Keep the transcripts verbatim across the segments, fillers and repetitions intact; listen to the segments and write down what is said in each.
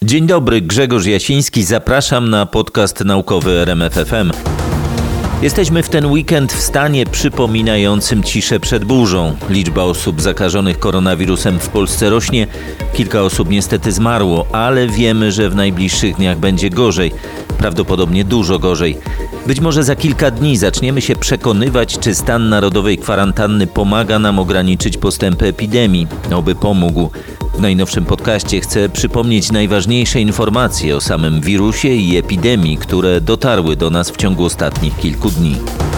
Dzień dobry, Grzegorz Jasiński, zapraszam na podcast naukowy R M F F M. Jesteśmy w ten weekend w stanie przypominającym ciszę przed burzą. Liczba osób zakażonych koronawirusem w Polsce rośnie, kilka osób niestety zmarło, ale wiemy, że w najbliższych dniach będzie gorzej, prawdopodobnie dużo gorzej. Być może za kilka dni zaczniemy się przekonywać, czy stan narodowej kwarantanny pomaga nam ograniczyć postępy epidemii. Oby pomógł. W najnowszym podcaście chcę przypomnieć najważniejsze informacje o samym wirusie i epidemii, które dotarły do nas w ciągu ostatnich kilku dni.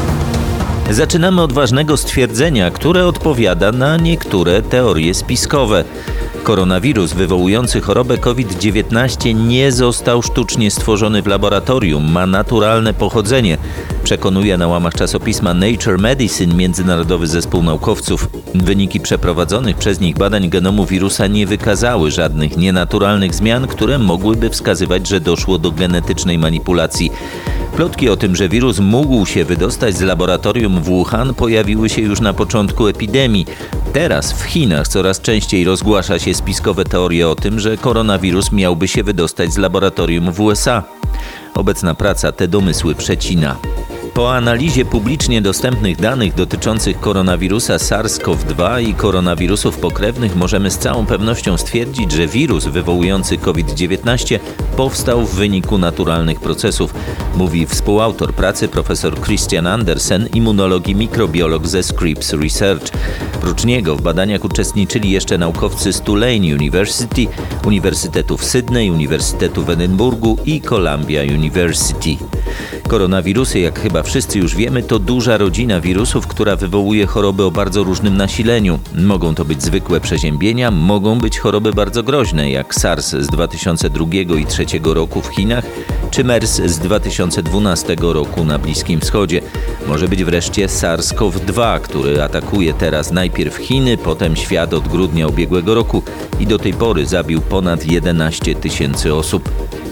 Zaczynamy od ważnego stwierdzenia, które odpowiada na niektóre teorie spiskowe. Koronawirus wywołujący chorobę COVID dziewiętnaście nie został sztucznie stworzony w laboratorium, ma naturalne pochodzenie, przekonuje na łamach czasopisma Nature Medicine międzynarodowy zespół naukowców. Wyniki przeprowadzonych przez nich badań genomu wirusa nie wykazały żadnych nienaturalnych zmian, które mogłyby wskazywać, że doszło do genetycznej manipulacji. Plotki o tym, że wirus mógł się wydostać z laboratorium w Wuhan, pojawiły się już na początku epidemii. Teraz w Chinach coraz częściej rozgłasza się spiskowe teorie o tym, że koronawirus miałby się wydostać z laboratorium w U S A. Obecna praca te domysły przecina. Po analizie publicznie dostępnych danych dotyczących koronawirusa SARS-CoV dwa i koronawirusów pokrewnych możemy z całą pewnością stwierdzić, że wirus wywołujący COVID dziewiętnaście powstał w wyniku naturalnych procesów, mówi współautor pracy profesor Christian Andersen, immunolog i mikrobiolog ze Scripps Research. Prócz niego w badaniach uczestniczyli jeszcze naukowcy z Tulane University, Uniwersytetu w Sydney, Uniwersytetu w Edynburgu i Columbia University. Koronawirusy, jak chyba wszyscy już wiemy, to duża rodzina wirusów, która wywołuje choroby o bardzo różnym nasileniu. Mogą to być zwykłe przeziębienia, mogą być choroby bardzo groźne, jak SARS z dwa tysiące drugiego i dwa tysiące trzeciego roku w Chinach, czy MERS z dwa tysiące dwunastego roku na Bliskim Wschodzie. Może być wreszcie SARS-CoV dwa, który atakuje teraz najpierw Chiny, potem świat od grudnia ubiegłego roku i do tej pory zabił ponad jedenaście tysięcy osób.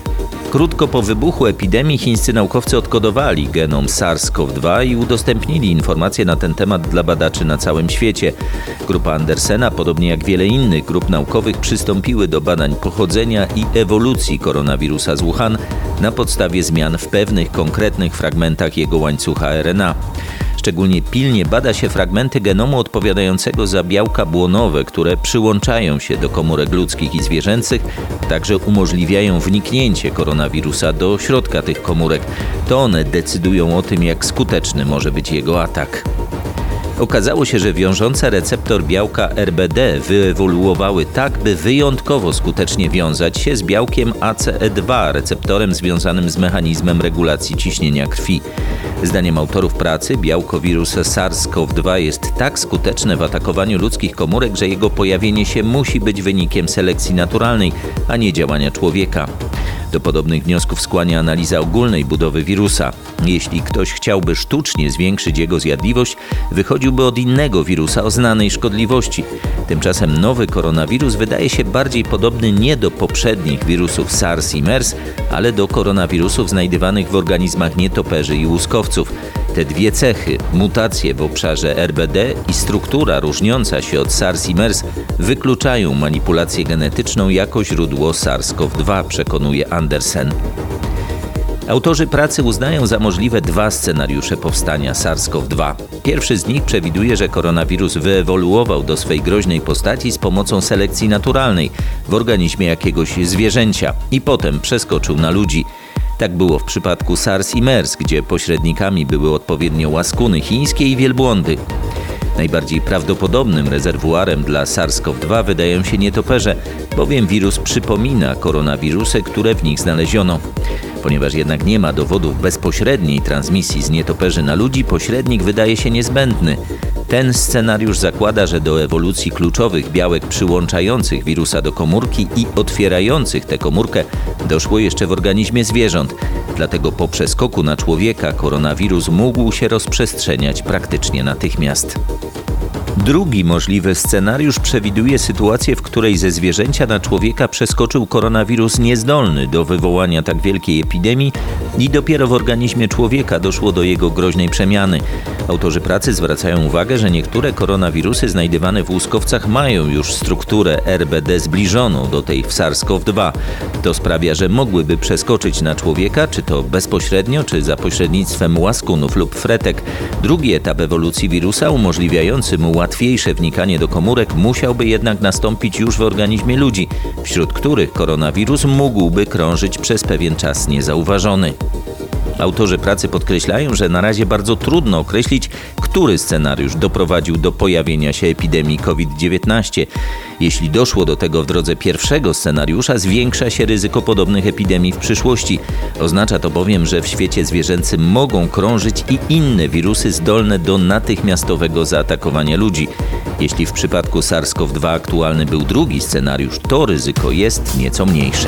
Krótko po wybuchu epidemii chińscy naukowcy odkodowali genom SARS-CoV dwa i udostępnili informacje na ten temat dla badaczy na całym świecie. Grupa Andersena, podobnie jak wiele innych grup naukowych, przystąpiły do badań pochodzenia i ewolucji koronawirusa z Wuhan na podstawie zmian w pewnych konkretnych fragmentach jego łańcucha R N A. Szczególnie pilnie bada się fragmenty genomu odpowiadającego za białka błonowe, które przyłączają się do komórek ludzkich i zwierzęcych, także umożliwiają wniknięcie koronawirusa do środka tych komórek. To one decydują o tym, jak skuteczny może być jego atak. Okazało się, że wiążące receptor białka R B D wyewoluowały tak, by wyjątkowo skutecznie wiązać się z białkiem A C E dwa, receptorem związanym z mechanizmem regulacji ciśnienia krwi. Zdaniem autorów pracy białko wirusa SARS-CoV dwa jest tak skuteczne w atakowaniu ludzkich komórek, że jego pojawienie się musi być wynikiem selekcji naturalnej, a nie działania człowieka. Do podobnych wniosków skłania analiza ogólnej budowy wirusa. Jeśli ktoś chciałby sztucznie zwiększyć jego zjadliwość, wychodziłby od innego wirusa o znanej szkodliwości. Tymczasem nowy koronawirus wydaje się bardziej podobny nie do poprzednich wirusów SARS i MERS, ale do koronawirusów znajdywanych w organizmach nietoperzy i łuskowców. Te dwie cechy, mutacje w obszarze R B D i struktura różniąca się od SARS i MERS, wykluczają manipulację genetyczną jako źródło SARS-CoV dwa, przekonuje Andersen. Autorzy pracy uznają za możliwe dwa scenariusze powstania SARS-CoV dwa. Pierwszy z nich przewiduje, że koronawirus wyewoluował do swej groźnej postaci z pomocą selekcji naturalnej w organizmie jakiegoś zwierzęcia i potem przeskoczył na ludzi. Tak było w przypadku SARS i MERS, gdzie pośrednikami były odpowiednio łaskuny chińskie i wielbłądy. Najbardziej prawdopodobnym rezerwuarem dla SARS-CoV dwa wydają się nietoperze, bowiem wirus przypomina koronawirusy, które w nich znaleziono. Ponieważ jednak nie ma dowodów bezpośredniej transmisji z nietoperzy na ludzi, pośrednik wydaje się niezbędny. Ten scenariusz zakłada, że do ewolucji kluczowych białek przyłączających wirusa do komórki i otwierających tę komórkę doszło jeszcze w organizmie zwierząt. Dlatego po przeskoku na człowieka koronawirus mógł się rozprzestrzeniać praktycznie natychmiast. Drugi możliwy scenariusz przewiduje sytuację, w której ze zwierzęcia na człowieka przeskoczył koronawirus niezdolny do wywołania tak wielkiej epidemii i dopiero w organizmie człowieka doszło do jego groźnej przemiany. Autorzy pracy zwracają uwagę, że niektóre koronawirusy znajdywane w łuskowcach mają już strukturę R B D zbliżoną do tej w SARS-CoV dwa. To sprawia, że mogłyby przeskoczyć na człowieka, czy to bezpośrednio, czy za pośrednictwem łaskunów lub fretek. Drugi etap ewolucji wirusa, umożliwiający mu łatwiejsze wnikanie do komórek, musiałby jednak nastąpić już w organizmie ludzi, wśród których koronawirus mógłby krążyć przez pewien czas niezauważony. Autorzy pracy podkreślają, że na razie bardzo trudno określić, który scenariusz doprowadził do pojawienia się epidemii COVID dziewiętnaście. Jeśli doszło do tego w drodze pierwszego scenariusza, zwiększa się ryzyko podobnych epidemii w przyszłości. Oznacza to bowiem, że w świecie zwierzęcym mogą krążyć i inne wirusy zdolne do natychmiastowego zaatakowania ludzi. Jeśli w przypadku SARS-CoV dwa aktualny był drugi scenariusz, to ryzyko jest nieco mniejsze.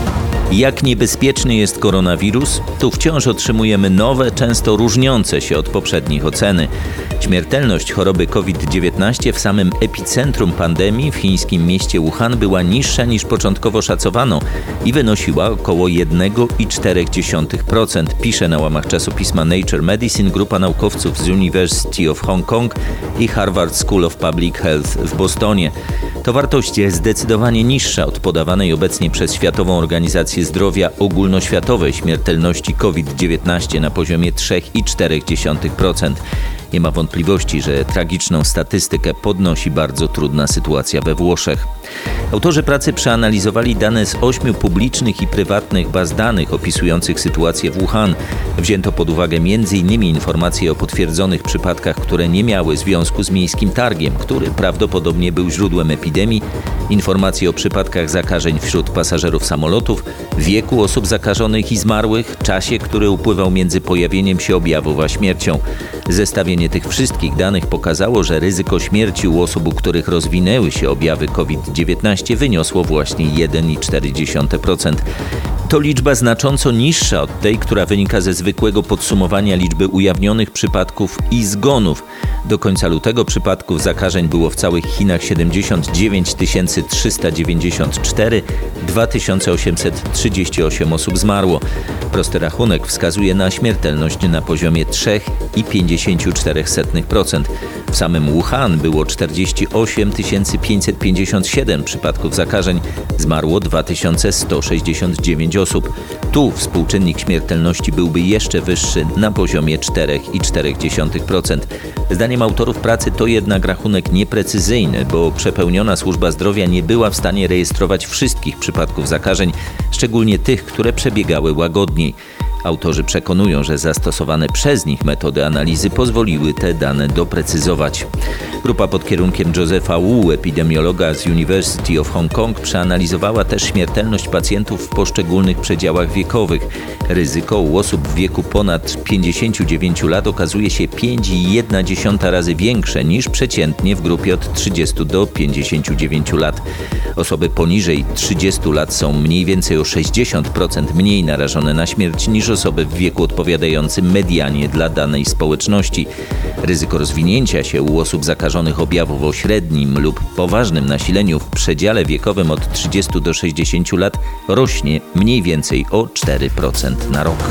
Jak niebezpieczny jest koronawirus? Tu wciąż otrzymujemy nowe, często różniące się od poprzednich oceny. Śmiertelność choroby COVID dziewiętnaście w samym epicentrum pandemii w chińskim mieście Wuhan była niższa niż początkowo szacowano i wynosiła około jeden przecinek cztery procent, pisze na łamach czasopisma Nature Medicine grupa naukowców z University of Hong Kong i Harvard School of Public Health w Bostonie. To wartość jest zdecydowanie niższa od podawanej obecnie przez Światową Organizację Zdrowia ogólnoświatowej śmiertelności COVID dziewiętnaście na poziomie trzy przecinek cztery procent. Nie ma wątpliwości, że tragiczną statystykę podnosi bardzo trudna sytuacja we Włoszech. Autorzy pracy przeanalizowali dane z ośmiu publicznych i prywatnych baz danych opisujących sytuację w Wuhan. Wzięto pod uwagę między innymi informacje o potwierdzonych przypadkach, które nie miały związku z miejskim targiem, który prawdopodobnie był źródłem epidemii, informacje o przypadkach zakażeń wśród pasażerów samolotów, wieku osób zakażonych i zmarłych, czasie, który upływał między pojawieniem się objawów a śmiercią. Zestawienie tych wszystkich danych pokazało, że ryzyko śmierci u osób, u których rozwinęły się objawy COVID dziewiętnaście wyniosło właśnie jeden przecinek cztery procent. To liczba znacząco niższa od tej, która wynika ze zwykłego podsumowania liczby ujawnionych przypadków i zgonów. Do końca lutego przypadków zakażeń było w całych Chinach siedemdziesiąt dziewięć tysięcy trzysta dziewięćdziesiąt cztery, dwa tysiące osiemset trzydzieści osiem osób zmarło. Prosty rachunek wskazuje na śmiertelność na poziomie trzy przecinek pięćdziesiąt cztery procent. W samym Wuhan było czterdzieści osiem tysięcy pięćset pięćdziesiąt siedem przypadków zakażeń, zmarło dwa tysiące sto sześćdziesiąt dziewięć osób. Tu współczynnik śmiertelności byłby jeszcze wyższy na poziomie cztery przecinek cztery procent. Zdaniem autorów pracy to jednak rachunek nieprecyzyjny, bo przepełniona służba zdrowia nie była w stanie rejestrować wszystkich przypadków zakażeń, szczególnie tych, które przebiegały łagodniej. Autorzy przekonują, że zastosowane przez nich metody analizy pozwoliły te dane doprecyzować. Grupa pod kierunkiem Josepha Wu, epidemiologa z University of Hong Kong, przeanalizowała też śmiertelność pacjentów w poszczególnych przedziałach wiekowych. Ryzyko u osób w wieku ponad pięćdziesięciu dziewięciu lat okazuje się pięć przecinek jeden razy większe niż przeciętnie w grupie od trzydziestu do pięćdziesięciu dziewięciu lat. Osoby poniżej trzydziestu lat są mniej więcej o sześćdziesiąt procent mniej narażone na śmierć niż osoby w wieku odpowiadającym medianie dla danej społeczności. Ryzyko rozwinięcia się u osób zakażonych objawów o średnim lub poważnym nasileniu w przedziale wiekowym od trzydziestu do sześćdziesięciu lat rośnie mniej więcej o cztery procent na rok.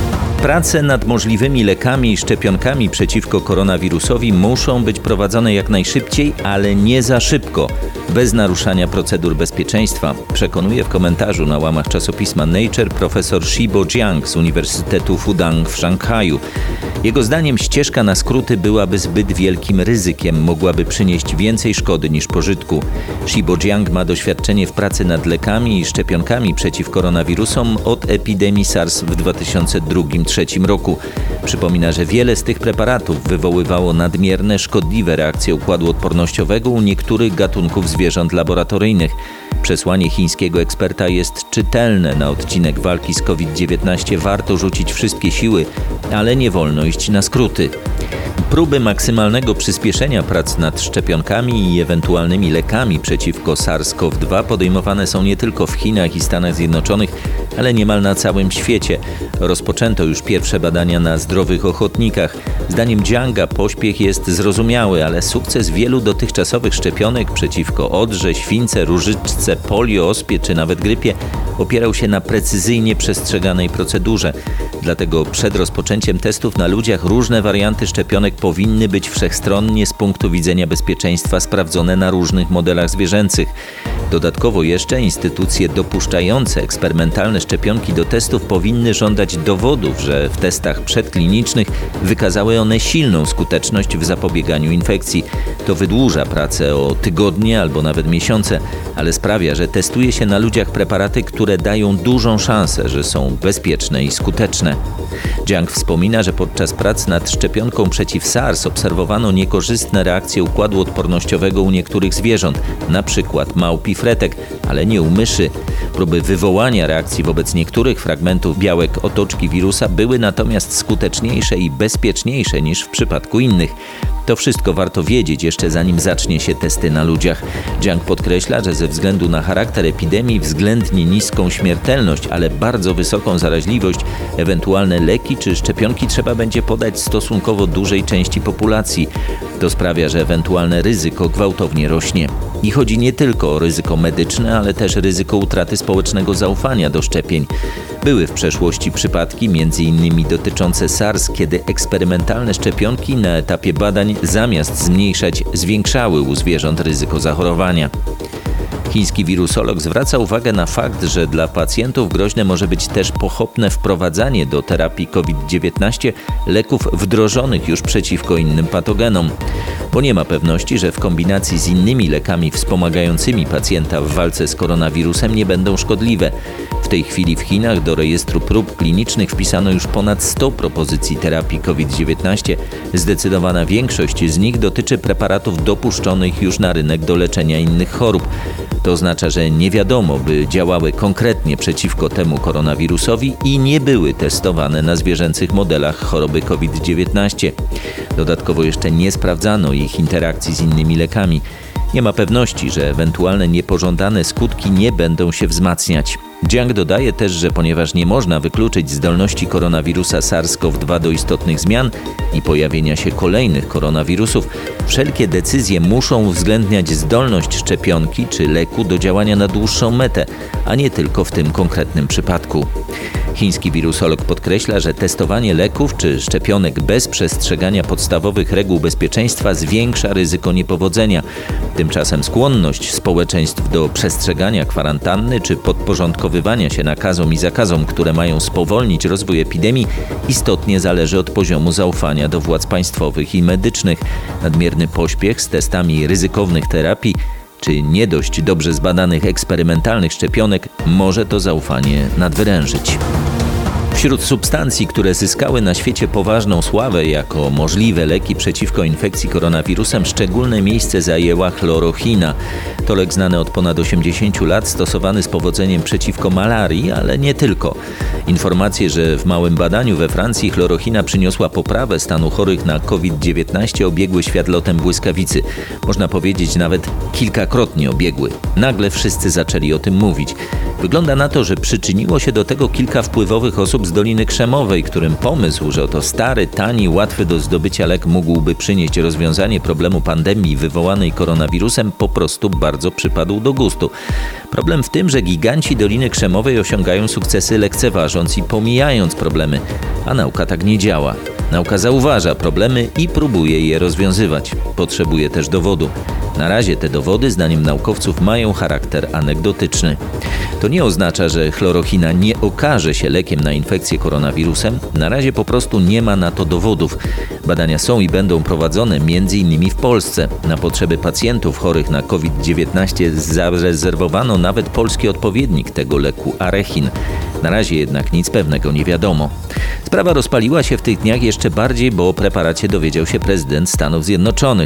Prace nad możliwymi lekami i szczepionkami przeciwko koronawirusowi muszą być prowadzone jak najszybciej, ale nie za szybko, bez naruszania procedur bezpieczeństwa, przekonuje w komentarzu na łamach czasopisma Nature profesor Shibo Jiang z Uniwersytetu Fudang w Szanghaju. Jego zdaniem ścieżka na skróty byłaby zbyt wielkim ryzykiem, mogłaby przynieść więcej szkody niż pożytku. Shibo Jiang ma doświadczenie w pracy nad lekami i szczepionkami przeciw koronawirusom od epidemii SARS w dwa tysiące drugiym do dwa tysiące trzecim roku. Przypomina, że wiele z tych preparatów wywoływało nadmierne, szkodliwe reakcje układu odpornościowego u niektórych gatunków zwierząt laboratoryjnych. Przesłanie chińskiego eksperta jest czytelne. Na odcinek walki z COVID dziewiętnaście warto rzucić wszystkie siły, ale nie wolno iść na skróty. Próby maksymalnego przyspieszenia prac nad szczepionkami i ewentualnymi lekami przeciwko SARS-CoV dwa podejmowane są nie tylko w Chinach i Stanach Zjednoczonych, ale niemal na całym świecie. Rozpoczęto już pierwsze badania na zdrowych ochotnikach. Zdaniem Jianga pośpiech jest zrozumiały, ale sukces wielu dotychczasowych szczepionek przeciwko odrze, śwince, różyczce, polio, ospie czy nawet grypie opierał się na precyzyjnie przestrzeganej procedurze. Dlatego przed rozpoczęciem testów na ludziach różne warianty szczepionek powinny być wszechstronnie z punktu widzenia bezpieczeństwa sprawdzone na różnych modelach zwierzęcych. Dodatkowo jeszcze instytucje dopuszczające eksperymentalne szczepionki do testów powinny żądać dowodów, że w testach przedklinicznych wykazały one silną skuteczność w zapobieganiu infekcji. To wydłuża pracę o tygodnie albo nawet miesiące, ale sprawia, że testuje się na ludziach preparaty, które dają dużą szansę, że są bezpieczne i skuteczne. Jiang wspomina, że podczas prac nad szczepionką przeciw SARS obserwowano niekorzystne reakcje układu odpornościowego u niektórych zwierząt, na przykład małp i fretek, ale nie u myszy. Próby wywołania reakcji wobec niektórych fragmentów białek otoczki wirusa były natomiast skuteczniejsze i bezpieczniejsze niż w przypadku innych. To wszystko warto wiedzieć jeszcze zanim zacznie się testy na ludziach. Jiang podkreśla, że ze względu na charakter epidemii, względnie niską śmiertelność, ale bardzo wysoką zaraźliwość, ewentualne leki czy szczepionki trzeba będzie podać stosunkowo dużej części populacji. To sprawia, że ewentualne ryzyko gwałtownie rośnie. I chodzi nie tylko o ryzyko medyczne, ale też ryzyko utraty społecznego zaufania do szczepień. Były w przeszłości przypadki, między innymi dotyczące SARS, kiedy eksperymentalne szczepionki na etapie badań zamiast zmniejszać, zwiększały u zwierząt ryzyko zachorowania. Chiński wirusolog zwraca uwagę na fakt, że dla pacjentów groźne może być też pochopne wprowadzanie do terapii COVID dziewiętnaście leków wdrożonych już przeciwko innym patogenom, bo nie ma pewności, że w kombinacji z innymi lekami wspomagającymi pacjenta w walce z koronawirusem nie będą szkodliwe. W tej chwili w Chinach do rejestru prób klinicznych wpisano już ponad sto propozycji terapii COVID dziewiętnaście. Zdecydowana większość z nich dotyczy preparatów dopuszczonych już na rynek do leczenia innych chorób. To oznacza, że nie wiadomo, by działały konkretnie przeciwko temu koronawirusowi i nie były testowane na zwierzęcych modelach choroby COVID dziewiętnaście. Dodatkowo jeszcze nie sprawdzano ich interakcji z innymi lekami. Nie ma pewności, że ewentualne niepożądane skutki nie będą się wzmacniać. Jiang dodaje też, że ponieważ nie można wykluczyć zdolności koronawirusa SARS-CoV dwa do istotnych zmian i pojawienia się kolejnych koronawirusów, wszelkie decyzje muszą uwzględniać zdolność szczepionki czy leku do działania na dłuższą metę, a nie tylko w tym konkretnym przypadku. Chiński wirusolog podkreśla, że testowanie leków czy szczepionek bez przestrzegania podstawowych reguł bezpieczeństwa zwiększa ryzyko niepowodzenia. Tymczasem skłonność społeczeństw do przestrzegania kwarantanny czy podporządkowywania się nakazom i zakazom, które mają spowolnić rozwój epidemii, istotnie zależy od poziomu zaufania do władz państwowych i medycznych. Nadmierny pośpiech z testami ryzykownych terapii czy nie dość dobrze zbadanych eksperymentalnych szczepionek może to zaufanie nadwyrężyć. Wśród substancji, które zyskały na świecie poważną sławę jako możliwe leki przeciwko infekcji koronawirusem, szczególne miejsce zajęła chlorochina. To lek znany od ponad osiemdziesięciu lat, stosowany z powodzeniem przeciwko malarii, ale nie tylko. Informacje, że w małym badaniu we Francji chlorochina przyniosła poprawę stanu chorych na COVID dziewiętnaście, obiegły świat lotem błyskawicy. Można powiedzieć nawet kilkakrotnie obiegły. Nagle wszyscy zaczęli o tym mówić. Wygląda na to, że przyczyniło się do tego kilka wpływowych osób z Doliny Krzemowej, którym pomysł, że oto stary, tani, łatwy do zdobycia lek mógłby przynieść rozwiązanie problemu pandemii wywołanej koronawirusem, po prostu bardzo przypadł do gustu. Problem w tym, że giganci Doliny Krzemowej osiągają sukcesy lekceważąc i pomijając problemy, a nauka tak nie działa. Nauka zauważa problemy i próbuje je rozwiązywać. Potrzebuje też dowodu. Na razie te dowody, zdaniem naukowców, mają charakter anegdotyczny. To nie oznacza, że chlorochina nie okaże się lekiem na infekcję koronawirusem. Na razie po prostu nie ma na to dowodów. Badania są i będą prowadzone między innymi w Polsce. Na potrzeby pacjentów chorych na COVID dziewiętnaście zarezerwowano nawet polski odpowiednik tego leku Arechin. Na razie jednak nic pewnego nie wiadomo. Sprawa rozpaliła się w tych dniach jeszcze bardziej, bo o preparacie dowiedział się prezydent Stanów Zjednoczonych.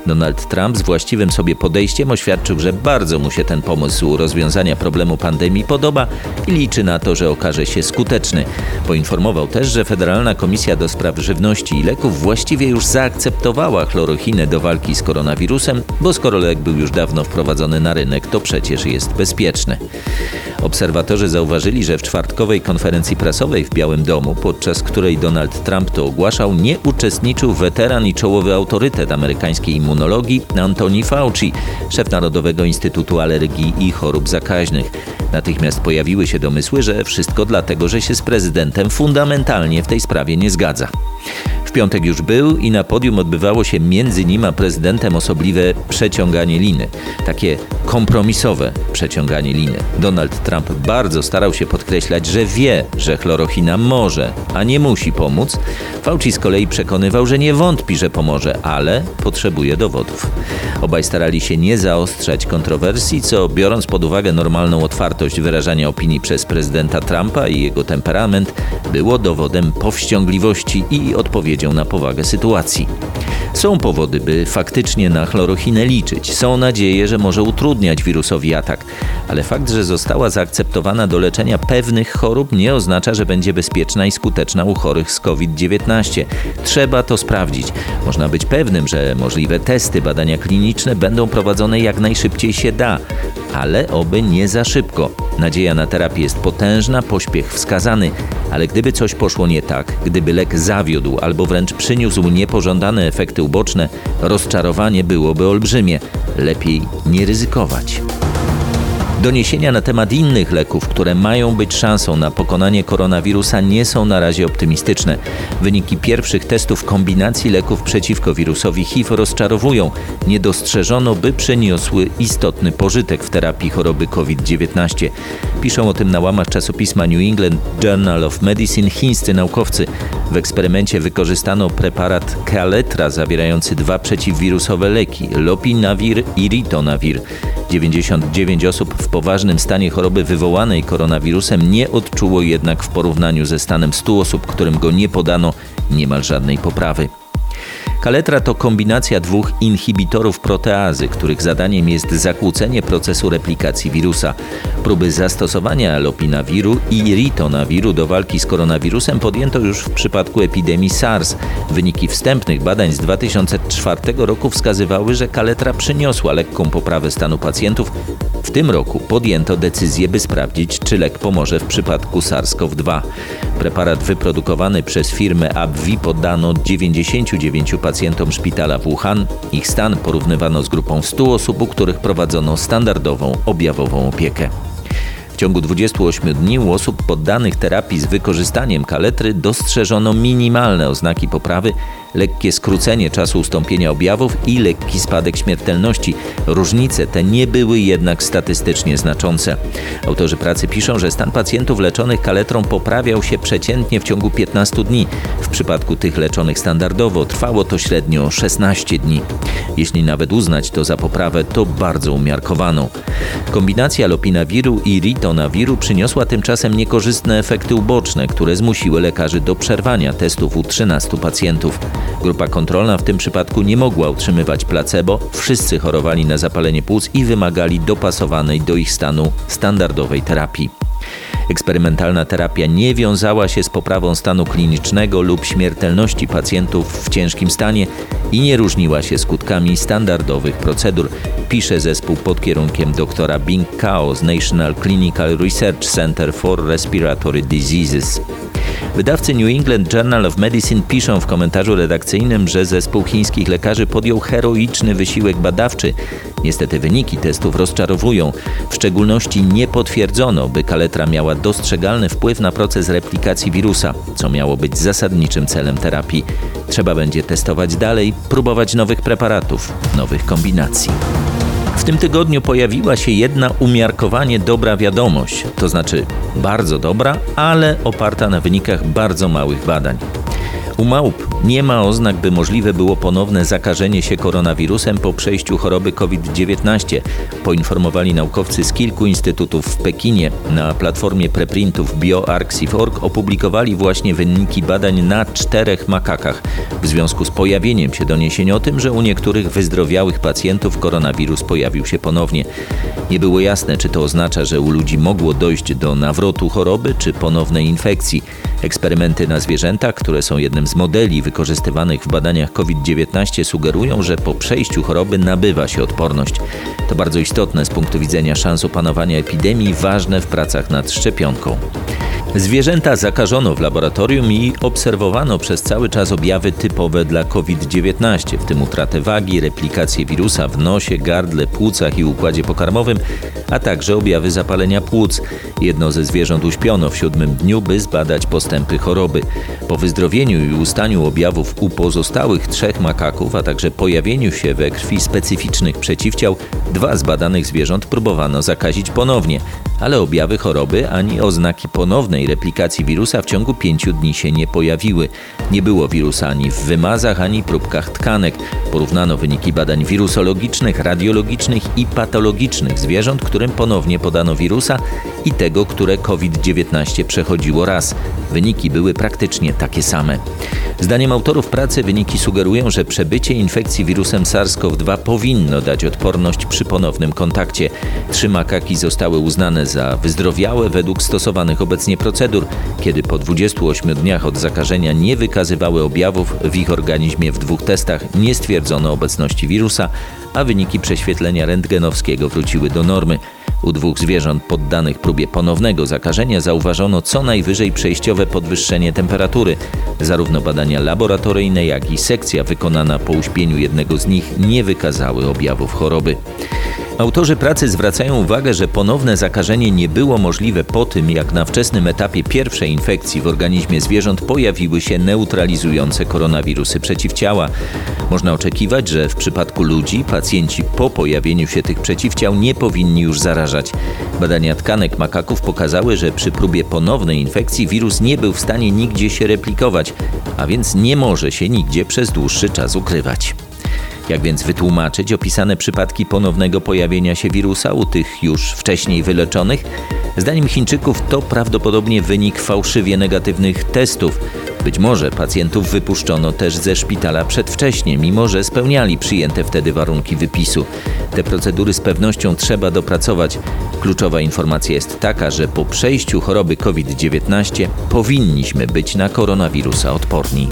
Donald Trump z właściwym sobie podejściem oświadczył, że bardzo mu się ten pomysł rozwiązania problemu pandemii podoba i liczy na to, że okaże się skuteczny. Poinformował też, że Federalna Komisja do Spraw Żywności i Leków właściwie już zaakceptowała chlorochinę do walki z koronawirusem, bo skoro lek był już dawno wprowadzony na rynek, to przecież jest bezpieczny. Obserwatorzy zauważyli, że w czwartkowej konferencji prasowej w Białym Domu, podczas której Donald Trump to ogłaszał, nie uczestniczył weteran i czołowy autorytet amerykańskiej immunologii Anthony Fauci, szef Narodowego Instytutu Alergii i Chorób Zakaźnych. Natychmiast pojawiły się domysły, że wszystko dlatego, że się z prezydentem fundamentalnie w tej sprawie nie zgadza. W piątek już był i na podium odbywało się między nim a prezydentem osobliwe przeciąganie liny. Takie kompromisowe przeciąganie liny. Donald Trump bardzo starał się podkreślać, że wie, że chlorochina może, a nie musi pomóc. Fauci z kolei przekonywał, że nie wątpi, że pomoże, ale potrzebuje dowodów. Obaj starali się nie zaostrzać kontrowersji, co biorąc pod uwagę normalną otwartość wyrażania opinii przez prezydenta Trumpa i jego temperament, było dowodem powściągliwości i odpowiedzią na powagę sytuacji. Są powody, by faktycznie na chlorochinę liczyć. Są nadzieje, że może utrudniać wirusowi atak, ale fakt, że została zaakceptowana do leczenia pewnych chorób, nie oznacza, że będzie bezpieczna i skuteczna u chorych z COVID dziewiętnaście. Trzeba to sprawdzić. Można być pewnym, że możliwe testy, badania kliniczne będą prowadzone jak najszybciej się da, ale oby nie za szybko. Nadzieja na terapię jest potężna, pośpiech wskazany, ale gdyby coś poszło nie tak, gdyby lek zawiódł albo wręcz przyniósł niepożądane efekty uboczne, rozczarowanie byłoby olbrzymie. Lepiej nie ryzykować. Doniesienia na temat innych leków, które mają być szansą na pokonanie koronawirusa, nie są na razie optymistyczne. Wyniki pierwszych testów kombinacji leków przeciwko wirusowi H I V rozczarowują. Nie dostrzeżono, by przyniosły istotny pożytek w terapii choroby COVID dziewiętnaście. Piszą o tym na łamach czasopisma New England Journal of Medicine chińscy naukowcy. W eksperymencie wykorzystano preparat Kaletra zawierający dwa przeciwwirusowe leki, Lopinavir i Ritonavir. dziewięćdziesiąt dziewięć osób w poważnym stanie choroby wywołanej koronawirusem nie odczuło jednak w porównaniu ze stanem stu osób, którym go nie podano, niemal żadnej poprawy. Kaletra to kombinacja dwóch inhibitorów proteazy, których zadaniem jest zakłócenie procesu replikacji wirusa. Próby zastosowania lopinaviru i ritonaviru do walki z koronawirusem podjęto już w przypadku epidemii SARS. Wyniki wstępnych badań z dwa tysiące czwartego roku wskazywały, że Kaletra przyniosła lekką poprawę stanu pacjentów. W tym roku podjęto decyzję, by sprawdzić, czy lek pomoże w przypadku SARS-CoV dwa. Preparat wyprodukowany przez firmę AbbVie poddano dziewięćdziesięciu dziewięciu pacjentom szpitala w Wuhan. Ich stan porównywano z grupą stu osób, u których prowadzono standardową, objawową opiekę. W ciągu dwudziestu ośmiu dni u osób poddanych terapii z wykorzystaniem kaletry dostrzeżono minimalne oznaki poprawy, lekkie skrócenie czasu ustąpienia objawów i lekki spadek śmiertelności. Różnice te nie były jednak statystycznie znaczące. Autorzy pracy piszą, że stan pacjentów leczonych kaletrą poprawiał się przeciętnie w ciągu piętnastu dni. W przypadku tych leczonych standardowo trwało to średnio szesnaście dni. Jeśli nawet uznać to za poprawę, to bardzo umiarkowaną. Kombinacja lopinaviru i ritonaviru przyniosła tymczasem niekorzystne efekty uboczne, które zmusiły lekarzy do przerwania testów u trzynastu pacjentów. Grupa kontrolna w tym przypadku nie mogła utrzymywać placebo, wszyscy chorowali na zapalenie płuc i wymagali dopasowanej do ich stanu standardowej terapii. Eksperymentalna terapia nie wiązała się z poprawą stanu klinicznego lub śmiertelności pacjentów w ciężkim stanie i nie różniła się skutkami standardowych procedur, pisze zespół pod kierunkiem doktora Bing Cao z National Clinical Research Center for Respiratory Diseases. Wydawcy New England Journal of Medicine piszą w komentarzu redakcyjnym, że zespół chińskich lekarzy podjął heroiczny wysiłek badawczy. Niestety wyniki testów rozczarowują. W szczególności nie potwierdzono, by kaletra miała dostrzegalny wpływ na proces replikacji wirusa, co miało być zasadniczym celem terapii. Trzeba będzie testować dalej, próbować nowych preparatów, nowych kombinacji. W tym tygodniu pojawiła się jedna umiarkowanie dobra wiadomość, to znaczy bardzo dobra, ale oparta na wynikach bardzo małych badań. U małp nie ma oznak, by możliwe było ponowne zakażenie się koronawirusem po przejściu choroby COVID dziewiętnaście, poinformowali naukowcy z kilku instytutów w Pekinie. Na platformie preprintów bioarchive kropka org opublikowali właśnie wyniki badań na czterech makakach. W związku z pojawieniem się doniesień o tym, że u niektórych wyzdrowiałych pacjentów koronawirus pojawił się ponownie. Nie było jasne, czy to oznacza, że u ludzi mogło dojść do nawrotu choroby, czy ponownej infekcji. Eksperymenty na zwierzętach, które są jednym z modeli wykorzystywanych w badaniach COVID dziewiętnaście, sugerują, że po przejściu choroby nabywa się odporność. To bardzo istotne z punktu widzenia szans opanowania epidemii, ważne w pracach nad szczepionką. Zwierzęta zakażono w laboratorium i obserwowano przez cały czas objawy typowe dla COVID dziewiętnaście, w tym utratę wagi, replikację wirusa w nosie, gardle, płucach i układzie pokarmowym, a także objawy zapalenia płuc. Jedno ze zwierząt uśpiono w siódmym dniu, by zbadać postępy choroby. Po wyzdrowieniu i ustaniu objawów u pozostałych trzech makaków, a także pojawieniu się we krwi specyficznych przeciwciał, dwa z badanych zwierząt próbowano zakazić ponownie, ale objawy choroby ani oznaki ponownej replikacji wirusa w ciągu pięciu dni się nie pojawiły. Nie było wirusa ani w wymazach, ani próbkach tkanek. Porównano wyniki badań wirusologicznych, radiologicznych i patologicznych zwierząt, którym ponownie podano wirusa, i tego, które COVID dziewiętnaście przechodziło raz. Wyniki były praktycznie takie same. Zdaniem autorów pracy wyniki sugerują, że przebycie infekcji wirusem SARS-CoV dwa powinno dać odporność przy ponownym kontakcie. Trzy makaki zostały uznane za wyzdrowiałe według stosowanych obecnie procedur. Kiedy po dwudziestu ośmiu dniach od zakażenia nie wykazywały objawów, w ich organizmie w dwóch testach nie stwierdzono obecności wirusa, a wyniki prześwietlenia rentgenowskiego wróciły do normy. U dwóch zwierząt poddanych próbie ponownego zakażenia zauważono co najwyżej przejściowe podwyższenie temperatury. Zarówno badania laboratoryjne, jak i sekcja wykonana po uśpieniu jednego z nich nie wykazały objawów choroby. Autorzy pracy zwracają uwagę, że ponowne zakażenie nie było możliwe po tym, jak na wczesnym etapie pierwszej infekcji w organizmie zwierząt pojawiły się neutralizujące koronawirusy przeciwciała. Można oczekiwać, że w przypadku ludzi pacjenci po pojawieniu się tych przeciwciał nie powinni już zarażać. Badania tkanek makaków pokazały, że przy próbie ponownej infekcji wirus nie był w stanie nigdzie się replikować, a więc nie może się nigdzie przez dłuższy czas ukrywać. Jak więc wytłumaczyć opisane przypadki ponownego pojawienia się wirusa u tych już wcześniej wyleczonych? Zdaniem Chińczyków to prawdopodobnie wynik fałszywie negatywnych testów. Być może pacjentów wypuszczono też ze szpitala przedwcześnie, mimo że spełniali przyjęte wtedy warunki wypisu. Te procedury z pewnością trzeba dopracować. Kluczowa informacja jest taka, że po przejściu choroby COVID dziewiętnaście powinniśmy być na koronawirusa odporni.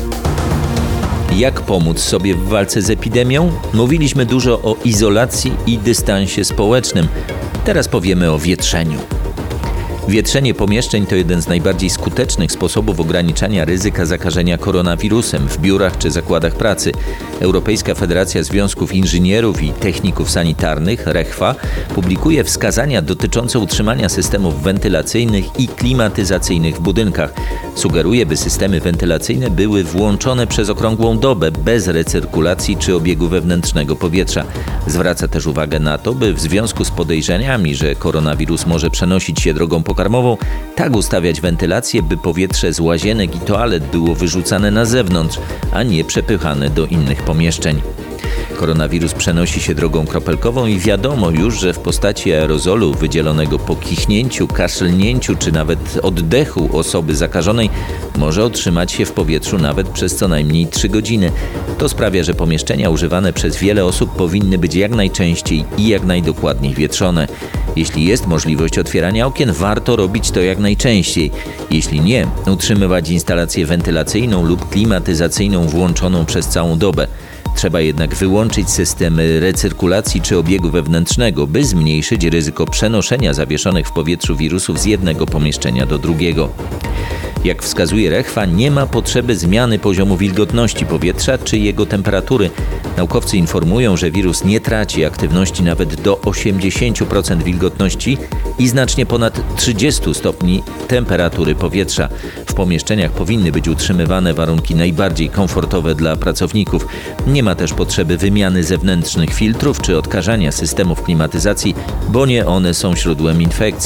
Jak pomóc sobie w walce z epidemią? Mówiliśmy dużo o izolacji i dystansie społecznym. Teraz powiemy o wietrzeniu. Wietrzenie pomieszczeń to jeden z najbardziej skutecznych sposobów ograniczania ryzyka zakażenia koronawirusem w biurach czy zakładach pracy. Europejska Federacja Związków Inżynierów i Techników Sanitarnych, REHFA, publikuje wskazania dotyczące utrzymania systemów wentylacyjnych i klimatyzacyjnych w budynkach. Sugeruje, by systemy wentylacyjne były włączone przez okrągłą dobę, bez recyrkulacji czy obiegu wewnętrznego powietrza. Zwraca też uwagę na to, by w związku z podejrzeniami, że koronawirus może przenosić się drogą pokarmową, tak ustawiać wentylację, by powietrze z łazienek i toalet było wyrzucane na zewnątrz, a nie przepychane do innych pomieszczeń. Koronawirus przenosi się drogą kropelkową i wiadomo już, że w postaci aerozolu wydzielonego po kichnięciu, kaszlnięciu czy nawet oddechu osoby zakażonej może otrzymać się w powietrzu nawet przez co najmniej trzy godziny. To sprawia, że pomieszczenia używane przez wiele osób powinny być jak najczęściej i jak najdokładniej wietrzone. Jeśli jest możliwość otwierania okien, warto robić to jak najczęściej. Jeśli nie, utrzymywać instalację wentylacyjną lub klimatyzacyjną włączoną przez całą dobę. Trzeba jednak wyłączyć systemy recyrkulacji czy obiegu wewnętrznego, by zmniejszyć ryzyko przenoszenia zawieszonych w powietrzu wirusów z jednego pomieszczenia do drugiego. Jak wskazuje REHFA, nie ma potrzeby zmiany poziomu wilgotności powietrza czy jego temperatury. Naukowcy informują, że wirus nie traci aktywności nawet do osiemdziesiąt procent wilgotności i znacznie ponad trzydzieści stopni temperatury powietrza. W pomieszczeniach powinny być utrzymywane warunki najbardziej komfortowe dla pracowników. Nie ma też potrzeby wymiany zewnętrznych filtrów czy odkażania systemów klimatyzacji, bo nie one są źródłem infekcji.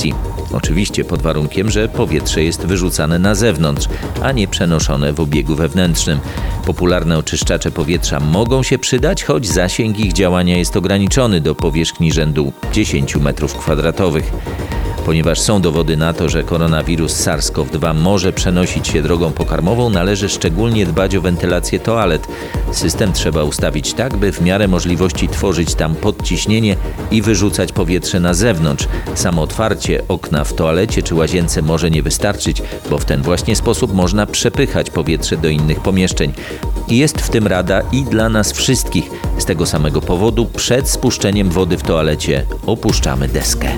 Oczywiście pod warunkiem, że powietrze jest wyrzucane na zewnątrz, a nie przenoszone w obiegu wewnętrznym. Popularne oczyszczacze powietrza mogą się przydać, choć zasięg ich działania jest ograniczony do powierzchni rzędu dziesięć metrów kwadratowych. Ponieważ są dowody na to, że koronawirus SARS-C o V dwa może przenosić się drogą pokarmową, należy szczególnie dbać o wentylację toalet. System trzeba ustawić tak, by w miarę możliwości tworzyć tam podciśnienie i wyrzucać powietrze na zewnątrz. Samo otwarcie okna w toalecie czy łazience może nie wystarczyć, bo w ten właśnie sposób można przepychać powietrze do innych pomieszczeń. I jest w tym rada i dla nas wszystkich. Z tego samego powodu przed spuszczeniem wody w toalecie opuszczamy deskę.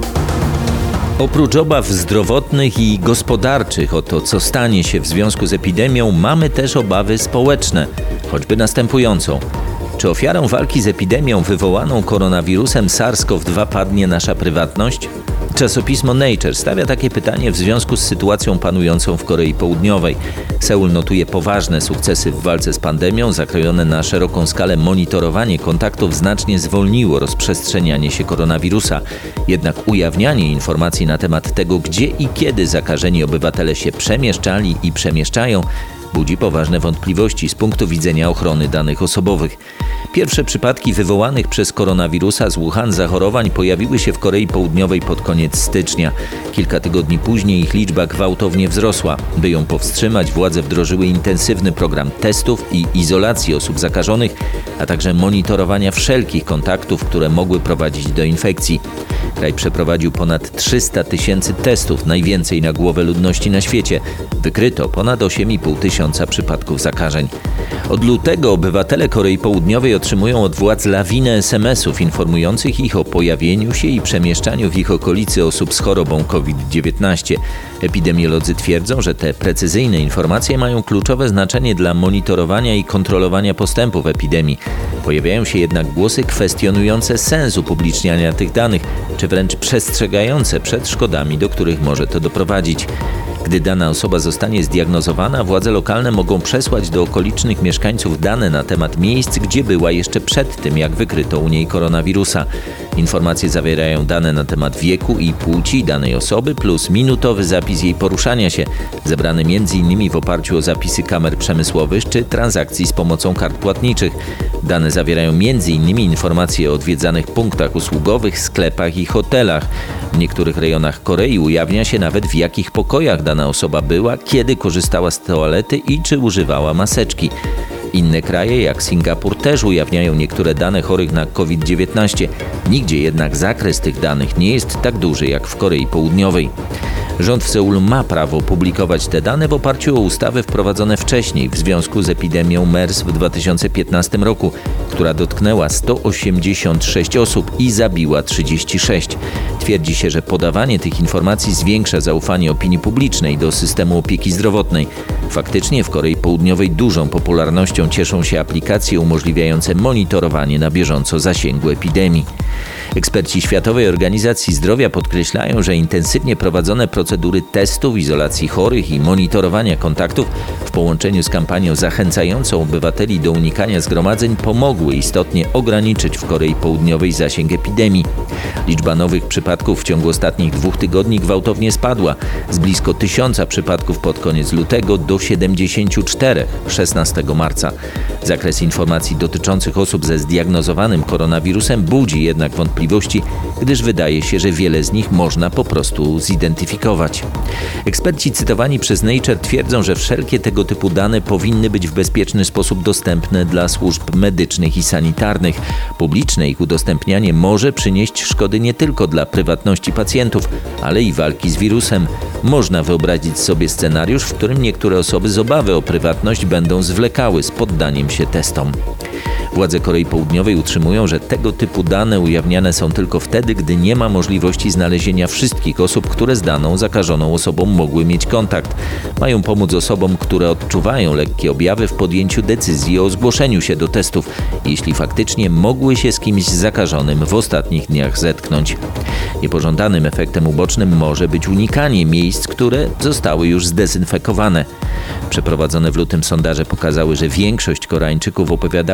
Oprócz obaw zdrowotnych i gospodarczych o to, co stanie się w związku z epidemią, mamy też obawy społeczne, choćby następującą. Czy ofiarą walki z epidemią wywołaną koronawirusem SARS-C o V dwa padnie nasza prywatność? Czasopismo Nature stawia takie pytanie w związku z sytuacją panującą w Korei Południowej. Seul notuje poważne sukcesy w walce z pandemią. Zakrojone na szeroką skalę monitorowanie kontaktów znacznie zwolniło rozprzestrzenianie się koronawirusa. Jednak ujawnianie informacji na temat tego, gdzie i kiedy zakażeni obywatele się przemieszczali i przemieszczają, budzi poważne wątpliwości z punktu widzenia ochrony danych osobowych. Pierwsze przypadki wywołanych przez koronawirusa z Wuhan zachorowań pojawiły się w Korei Południowej pod koniec stycznia. Kilka tygodni później ich liczba gwałtownie wzrosła. By ją powstrzymać, władze wdrożyły intensywny program testów i izolacji osób zakażonych, a także monitorowania wszelkich kontaktów, które mogły prowadzić do infekcji. Kraj przeprowadził ponad trzysta tysięcy testów, najwięcej na głowę ludności na świecie. Wykryto ponad osiem i pół tysiąca przypadków zakażeń. Od lutego obywatele Korei Południowej otrzymują od władz lawinę es em esów informujących ich o pojawieniu się i przemieszczaniu w ich okolicy osób z chorobą COVID dziewiętnaście. Epidemiolodzy twierdzą, że te precyzyjne informacje mają kluczowe znaczenie dla monitorowania i kontrolowania postępów epidemii. Pojawiają się jednak głosy kwestionujące sens upubliczniania tych danych, czy wręcz przestrzegające przed szkodami, do których może to doprowadzić. Gdy dana osoba zostanie zdiagnozowana, władze lokalne mogą przesłać do okolicznych mieszkańców dane na temat miejsc, gdzie była jeszcze przed tym, jak wykryto u niej koronawirusa. Informacje zawierają dane na temat wieku i płci danej osoby plus minutowy zapis jej poruszania się, zebrany między innymi w oparciu o zapisy kamer przemysłowych czy transakcji z pomocą kart płatniczych. Dane zawierają między innymi informacje o odwiedzanych punktach usługowych, sklepach i hotelach. W niektórych rejonach Korei ujawnia się nawet, w jakich pokojach dana osoba była, kiedy korzystała z toalety i czy używała maseczki. Inne kraje, jak Singapur, też ujawniają niektóre dane chorych na COVID dziewiętnaście. Nigdzie jednak zakres tych danych nie jest tak duży jak w Korei Południowej. Rząd w Seulu ma prawo publikować te dane w oparciu o ustawy wprowadzone wcześniej w związku z epidemią MERS w dwa tysiące piętnastym roku, która dotknęła sto osiemdziesiąt sześć osób i zabiła trzydzieści sześć. Twierdzi się, że podawanie tych informacji zwiększa zaufanie opinii publicznej do systemu opieki zdrowotnej. Faktycznie w Korei Południowej dużą popularnością cieszą się aplikacje umożliwiające monitorowanie na bieżąco zasięgu epidemii. Eksperci Światowej Organizacji Zdrowia podkreślają, że intensywnie prowadzone procedury testów, izolacji chorych i monitorowania kontaktów w połączeniu z kampanią zachęcającą obywateli do unikania zgromadzeń pomogły istotnie ograniczyć w Korei Południowej zasięg epidemii. Liczba nowych przypadków w ciągu ostatnich dwóch tygodni gwałtownie spadła z blisko tysiąca przypadków pod koniec lutego do siedemdziesięciu czterech szesnastego marca. Zakres informacji dotyczących osób ze zdiagnozowanym koronawirusem budzi jednak wątpliwości, gdyż wydaje się, że wiele z nich można po prostu zidentyfikować. Eksperci cytowani przez Nature twierdzą, że wszelkie tego typu dane powinny być w bezpieczny sposób dostępne dla służb medycznych i sanitarnych. Publiczne ich udostępnianie może przynieść szkody nie tylko dla prywatności pacjentów, ale i walki z wirusem. Można wyobrazić sobie scenariusz, w którym niektóre osoby z obawy o prywatność będą zwlekały z poddaniem się testom. Władze Korei Południowej utrzymują, że tego typu dane ujawniane są tylko wtedy, gdy nie ma możliwości znalezienia wszystkich osób, które z daną zakażoną osobą mogły mieć kontakt. Mają pomóc osobom, które odczuwają lekkie objawy w podjęciu decyzji o zgłoszeniu się do testów, jeśli faktycznie mogły się z kimś zakażonym w ostatnich dniach zetknąć. Niepożądanym efektem ubocznym może być unikanie miejsc, które zostały już zdezynfekowane. Przeprowadzone w lutym sondaże pokazały, że większość Koreańczyków opowiadało się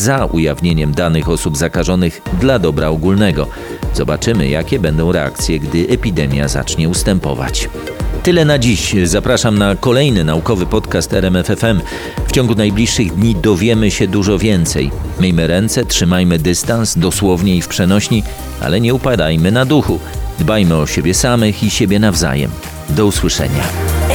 za ujawnieniem danych osób zakażonych dla dobra ogólnego. Zobaczymy, jakie będą reakcje, gdy epidemia zacznie ustępować. Tyle na dziś. Zapraszam na kolejny naukowy podcast R M F F M. W ciągu najbliższych dni dowiemy się dużo więcej. Myjmy ręce, trzymajmy dystans, dosłownie i w przenośni, ale nie upadajmy na duchu. Dbajmy o siebie samych i siebie nawzajem. Do usłyszenia.